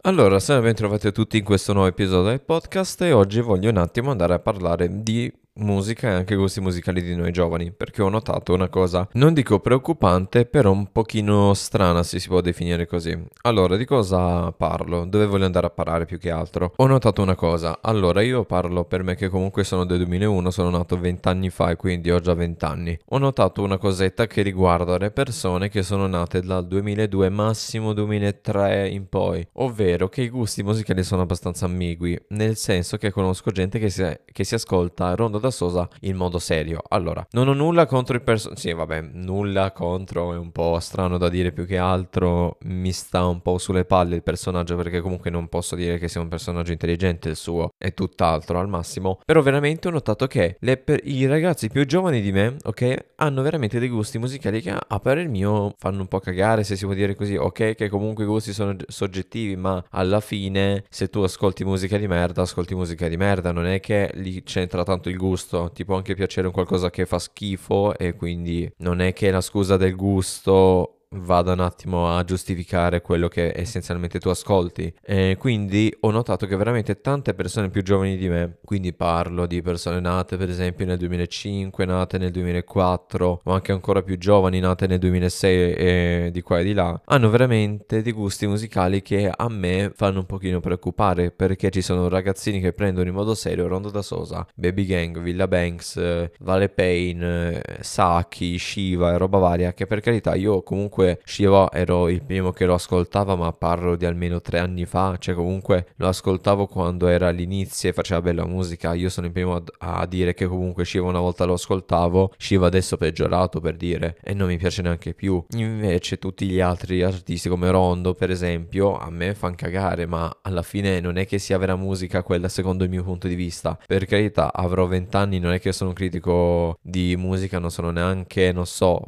Allora, salve, ben trovati tutti in questo nuovo episodio del podcast e oggi voglio un attimo andare a parlare di musica e anche gusti musicali di noi giovani, perché ho notato una cosa, non dico preoccupante, però un pochino strana, se si può definire così. Allora, di cosa parlo? Dove voglio andare a parare più che altro? Ho notato una cosa, allora io parlo per me che comunque sono del 2001, sono nato 20 anni fa e quindi ho già 20 anni. Ho notato una cosetta che riguarda le persone che sono nate dal 2002, massimo 2003 in poi, ovvero che i gusti musicali sono abbastanza ambigui, nel senso che conosco gente che si ascolta Rondo da Sosa in modo serio. Allora, non ho nulla contro il personaggio. Sì, vabbè, nulla contro, è un po' strano da dire, più che altro mi sta un po' sulle palle il personaggio, perché comunque non posso dire che sia un personaggio intelligente il suo, è tutt'altro al massimo. Però veramente ho notato che i ragazzi più giovani di me, ok, hanno veramente dei gusti musicali che a parer mio fanno un po' cagare, se si può dire così. Ok, che comunque i gusti sono soggettivi, ma alla fine se tu ascolti musica di merda, ascolti musica di merda, non è che lì c'entra tanto il gusto. Ti può anche piacere un qualcosa che fa schifo e quindi non è che la scusa del gusto vada un attimo a giustificare quello che essenzialmente tu ascolti. E quindi ho notato che veramente tante persone più giovani di me, quindi parlo di persone nate per esempio nel 2005, nate nel 2004 o anche ancora più giovani, nate nel 2006 e di qua e di là, hanno veramente dei gusti musicali che a me fanno un pochino preoccupare, perché ci sono ragazzini che prendono in modo serio Rondo da Sosa, Baby Gang, Villa Banks, Vale Payne, Saki, Shiva e roba varia, che per carità io comunque Shiva ero il primo che lo ascoltava, ma parlo di almeno 3 anni fa, cioè comunque lo ascoltavo quando era all'inizio e faceva bella musica. Io sono il primo a dire che comunque Shiva una volta lo ascoltavo, Shiva adesso è peggiorato per dire, e non mi piace neanche più. Invece tutti gli altri artisti come Rondo per esempio a me fan cagare, ma alla fine non è che sia vera musica quella secondo il mio punto di vista. Per carità, avrò 20 anni, non è che sono un critico di musica, non sono neanche, non so,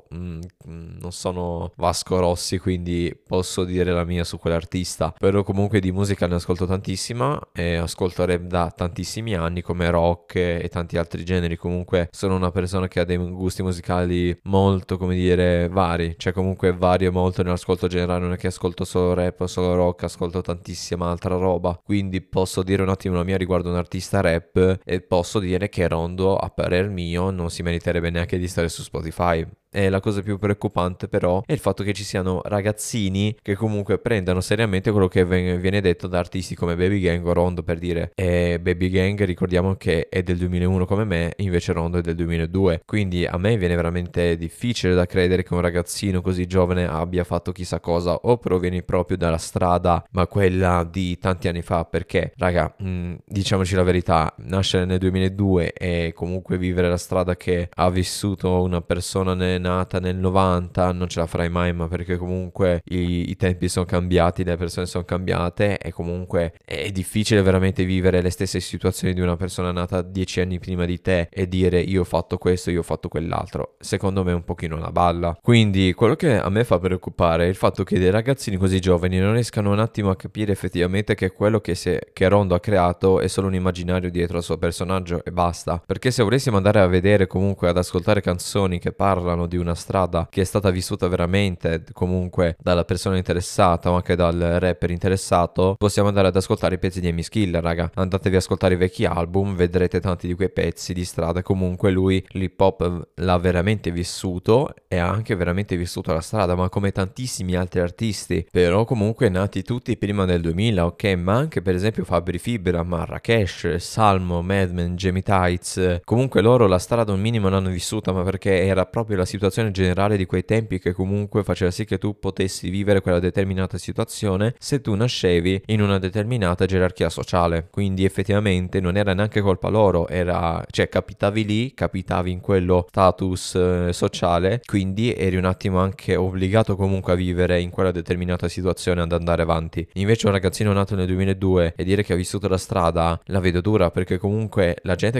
non sono Vasco Rossi, quindi posso dire la mia su quell'artista. Però comunque di musica ne ascolto tantissima e ascolto rap da tantissimi anni, come rock e tanti altri generi. Comunque sono una persona che ha dei gusti musicali molto, come dire, vari, cioè comunque vario molto nell'ascolto generale, non è che ascolto solo rap o solo rock, ascolto tantissima altra roba. Quindi posso dire un attimo la mia riguardo un artista rap e posso dire che Rondo, a parer mio, non si meriterebbe neanche di stare su Spotify. E la cosa più preoccupante però è il fatto che ci siano ragazzini che comunque prendano seriamente quello che viene detto da artisti come Baby Gang o Rondo, per dire. E Baby Gang ricordiamo che è del 2001 come me, invece Rondo è del 2002. Quindi a me viene veramente difficile da credere che un ragazzino così giovane abbia fatto chissà cosa o provieni proprio dalla strada, ma quella di tanti anni fa, perché raga, diciamoci la verità, nascere nel 2002 e comunque vivere la strada che ha vissuto una persona nata nel 90 non ce la farai mai, ma perché comunque i tempi sono cambiati, le persone sono cambiate e comunque è difficile veramente vivere le stesse situazioni di una persona nata 10 anni prima di te e dire io ho fatto questo, io ho fatto quell'altro. Secondo me è un pochino una balla. Quindi quello che a me fa preoccupare è il fatto che dei ragazzini così giovani non riescano un attimo a capire effettivamente che quello che Rondo ha creato è solo un immaginario dietro al suo personaggio e basta. Perché se volessimo andare a vedere comunque ad ascoltare canzoni che parlano di una strada che è stata vissuta veramente comunque dalla persona interessata o anche dal rapper interessato, possiamo andare ad ascoltare i pezzi di Amy Skiller, raga. Andatevi a ascoltare i vecchi album, vedrete tanti di quei pezzi di strada. Comunque lui l'hip hop l'ha veramente vissuto e ha anche veramente vissuto la strada, ma come tantissimi altri artisti, però comunque nati tutti prima del 2000, ok? Ma anche per esempio Fabri Fibra, Marrakesh, Salmo, Madman, Jamie Tights, comunque loro la strada un minimo l'hanno vissuta, ma perché era proprio la situazione generale di quei tempi che comunque faceva sì che tu potessi vivere quella determinata situazione se tu nascevi in una determinata gerarchia sociale. Quindi effettivamente non era neanche colpa loro, era, cioè capitavi lì, capitavi in quello status sociale, quindi eri un attimo anche obbligato comunque a vivere in quella determinata situazione, ad andare avanti. Invece un ragazzino nato nel 2002 e dire che ha vissuto la strada la vedo dura, perché comunque la gente che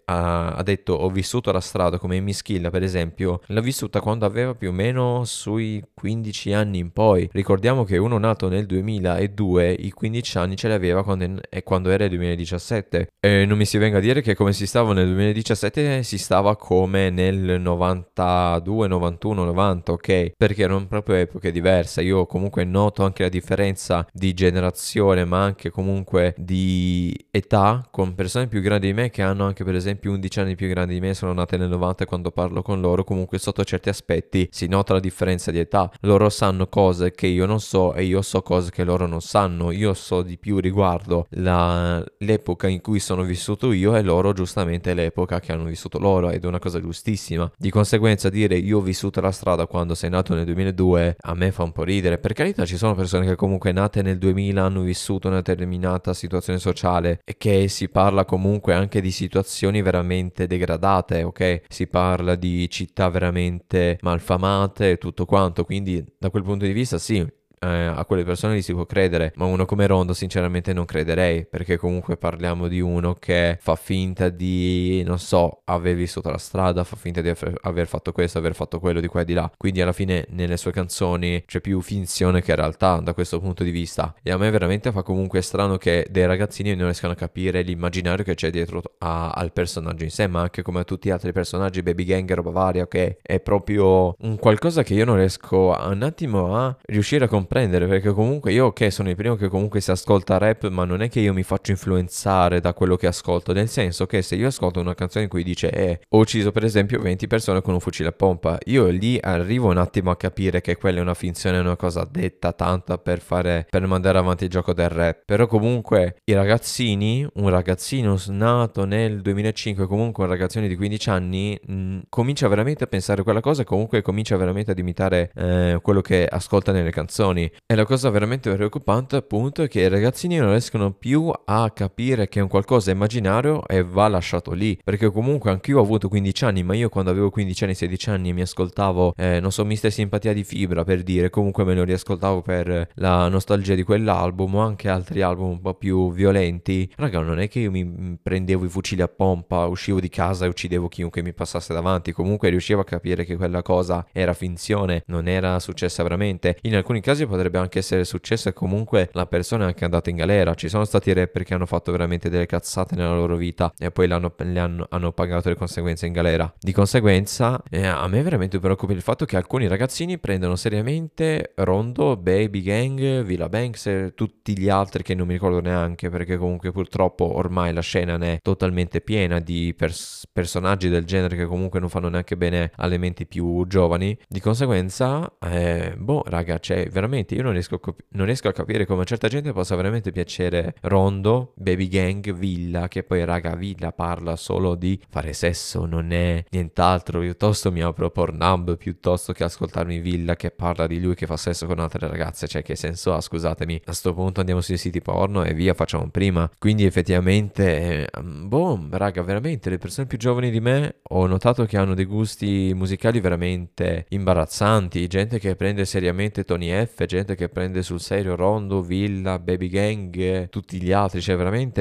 ha detto ho vissuto la strada, come Amy Schilla per esempio, l'ha vissuta quando aveva più o meno sui 15 anni in poi. Ricordiamo che uno nato nel 2002 i 15 anni ce li aveva quando era il 2017. E non mi si venga a dire che come si stava nel 2017 si stava come nel 92, 91, 90, ok? Perché erano proprio epoche diverse. Io comunque noto anche la differenza di generazione, ma anche comunque di età, con persone più grandi di me che hanno anche per esempio 11 anni più grandi di me, sono nate nel 90 e quando parlo con loro comunque sotto certi aspetti si nota la differenza di età. Loro sanno cose che io non so e io so cose che loro non sanno. Io so di più riguardo l'epoca in cui sono vissuto io e loro giustamente l'epoca che hanno vissuto loro, ed è una cosa giustissima. Di conseguenza dire io ho vissuto la strada quando sei nato nel 2002 a me fa un po' ridere. Per carità, ci sono persone che comunque nate nel 2000 hanno vissuto una determinata situazione sociale e che si parla comunque anche di situazioni veramente degradate, ok? Si parla di città veramente malfamate e tutto quanto, quindi da quel punto di vista sì, a quelle persone li si può credere, ma uno come Rondo sinceramente non crederei, perché comunque parliamo di uno che fa finta di, non so, aver vissuto la strada, fa finta di aver fatto questo, aver fatto quello di qua e di là, quindi alla fine nelle sue canzoni c'è più finzione che realtà da questo punto di vista, e a me veramente fa comunque strano che dei ragazzini non riescano a capire l'immaginario che c'è dietro al personaggio in sé, ma anche come a tutti gli altri personaggi, Baby Gang e roba varia, ok? È proprio un qualcosa che io non riesco un attimo a riuscire a comprendere, perché comunque io ok sono il primo che comunque si ascolta rap, ma non è che io mi faccio influenzare da quello che ascolto, nel senso che se io ascolto una canzone in cui dice ho ucciso per esempio 20 persone con un fucile a pompa, io lì arrivo un attimo a capire che quella è una finzione, è una cosa detta tanta per mandare avanti il gioco del rap. Però comunque i ragazzini, un ragazzino nato nel 2005, comunque un ragazzino di 15 anni comincia veramente a pensare quella cosa e comunque comincia veramente ad imitare quello che ascolta nelle canzoni. E la cosa veramente preoccupante appunto è che i ragazzini non riescono più a capire che è un qualcosa immaginario e va lasciato lì, perché comunque anch'io ho avuto 15 anni, ma io quando avevo 15 anni, 16 anni mi ascoltavo non so, Mister Simpatia di Fibra per dire, comunque me lo riascoltavo per la nostalgia di quell'album o anche altri album un po' più violenti. Raga, non è che io mi prendevo i fucili a pompa, uscivo di casa e uccidevo chiunque mi passasse davanti, comunque riuscivo a capire che quella cosa era finzione, non era successa veramente. In alcuni casi potrebbe anche essere successo e comunque la persona è anche andata in galera. Ci sono stati rapper che hanno fatto veramente delle cazzate nella loro vita e poi hanno pagato le conseguenze in galera. Di conseguenza a me veramente preoccupa il fatto che alcuni ragazzini prendono seriamente Rondo, Baby Gang, Villa Banks e tutti gli altri che non mi ricordo neanche, perché comunque purtroppo ormai la scena ne è totalmente piena di personaggi del genere che comunque non fanno neanche bene alle menti più giovani. Di conseguenza raga, cioè veramente io non riesco a capire come a certa gente possa veramente piacere Rondo, Baby Gang, Villa, che poi raga Villa parla solo di fare sesso, non è nient'altro. Piuttosto mi apro Pornhub piuttosto che ascoltarmi Villa che parla di lui che fa sesso con altre ragazze. Cioè che senso ha, scusatemi? A sto punto andiamo sui siti porno e via, facciamo prima. Quindi effettivamente raga, veramente le persone più giovani di me ho notato che hanno dei gusti musicali veramente imbarazzanti. Gente che prende seriamente Tony F, gente che prende sul serio Rondo, Villa, Baby Gang, tutti gli altri. Cioè veramente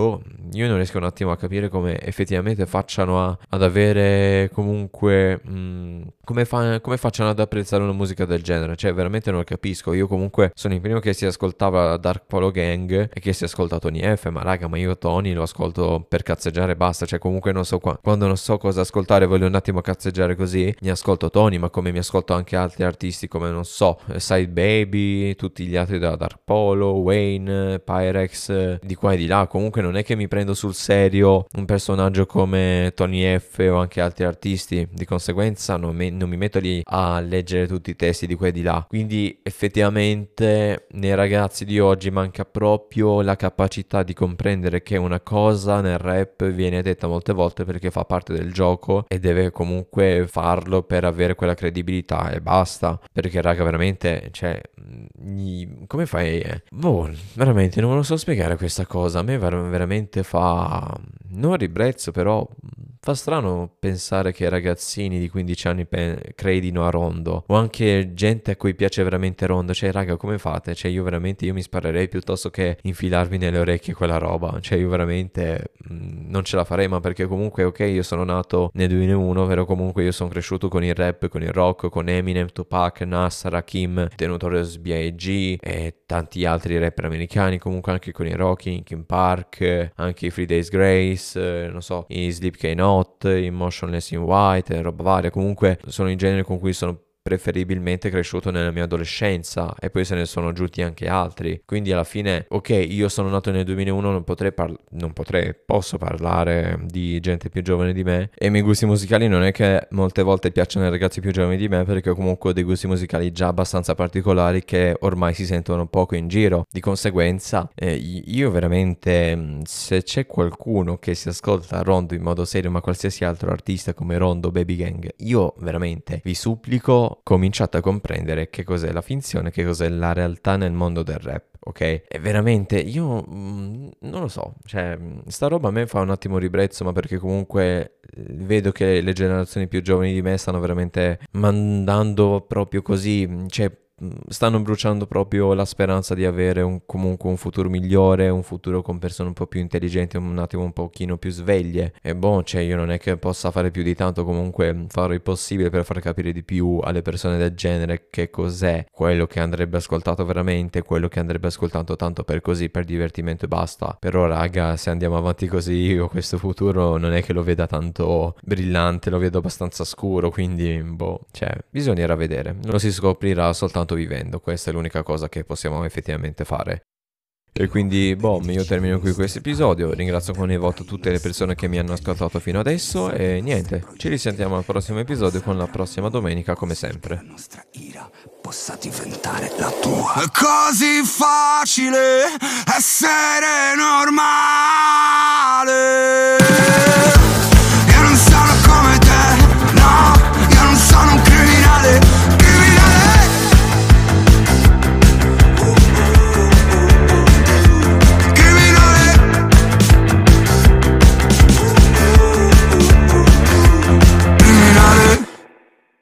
io non riesco un attimo a capire come effettivamente facciano ad avere comunque come facciano ad apprezzare una musica del genere. Cioè veramente non lo capisco. Io comunque sono il primo che si ascoltava Dark Polo Gang e che si ascolta Tony F, ma raga, ma io Tony lo ascolto per cazzeggiare e basta. Cioè comunque non so quando non so cosa ascoltare, voglio un attimo cazzeggiare così, mi ascolto Tony, ma come mi ascolto anche altri artisti come non so Side Baby, tutti gli altri da Dark Polo, Wayne, Pyrex, di qua e di là. Comunque non è che mi prendo sul serio un personaggio come Tony F o anche altri artisti. Di conseguenza non mi metto lì a leggere tutti i testi di qua e di là. Quindi effettivamente nei ragazzi di oggi manca proprio la capacità di comprendere che una cosa nel rap viene detta molte volte perché fa parte del gioco e deve comunque farlo per avere quella credibilità e basta. Perché raga veramente, cioè, come fai? Veramente non me lo so spiegare questa cosa. A me veramente fa non ribrezzo, però fa strano pensare che ragazzini di 15 anni credino a Rondo, o anche gente a cui piace veramente Rondo. Cioè raga, come fate? Cioè io mi sparerei piuttosto che infilarmi nelle orecchie quella roba. Cioè io veramente non ce la farei, ma perché comunque ok, io sono nato nel 2001, però comunque io sono cresciuto con il rap, con il rock, con Eminem, Tupac, Nas, Rakim, The Notorious B.I.G. e tanti altri rapper americani, comunque anche con i Rocky, Linkin Park, anche i Free Days Grace, non so, i Sleep Not, i Motionless in White, roba varia. Comunque sono i generi con cui sono preferibilmente cresciuto nella mia adolescenza, e poi se ne sono aggiunti anche altri. Quindi alla fine, ok, io sono nato nel 2001, posso parlare di gente più giovane di me, e i miei gusti musicali non è che molte volte piacciono ai ragazzi più giovani di me, perché comunque ho dei gusti musicali già abbastanza particolari che ormai si sentono poco in giro. Di conseguenza, io veramente, se c'è qualcuno che si ascolta Rondo in modo serio, ma qualsiasi altro artista come Rondo, Baby Gang, io veramente vi supplico, cominciate a comprendere che cos'è la finzione, che cos'è la realtà nel mondo del rap, ok? E veramente io non lo so, cioè sta roba a me fa un attimo ribrezzo, ma perché comunque vedo che le generazioni più giovani di me stanno veramente mandando proprio così, cioè stanno bruciando proprio la speranza di avere comunque un futuro migliore, un futuro con persone un po' più intelligenti, un attimo un pochino più sveglie. E boh, cioè io non è che possa fare più di tanto, comunque farò il possibile per far capire di più alle persone del genere che cos'è quello che andrebbe ascoltato veramente, quello che andrebbe ascoltato tanto per così, per divertimento e basta. Però raga, se andiamo avanti così io questo futuro non è che lo veda tanto brillante, lo vedo abbastanza scuro, quindi boh, cioè bisognerà vedere, lo si scoprirà soltanto vivendo. Questa è l'unica cosa che possiamo effettivamente fare. E quindi, boh, io termino qui questo episodio. Ringrazio con il voto tutte le persone che mi hanno ascoltato fino adesso. E niente, ci risentiamo al prossimo episodio con la prossima domenica, come sempre. La nostra ira possa diventare la tua. È così facile essere normale.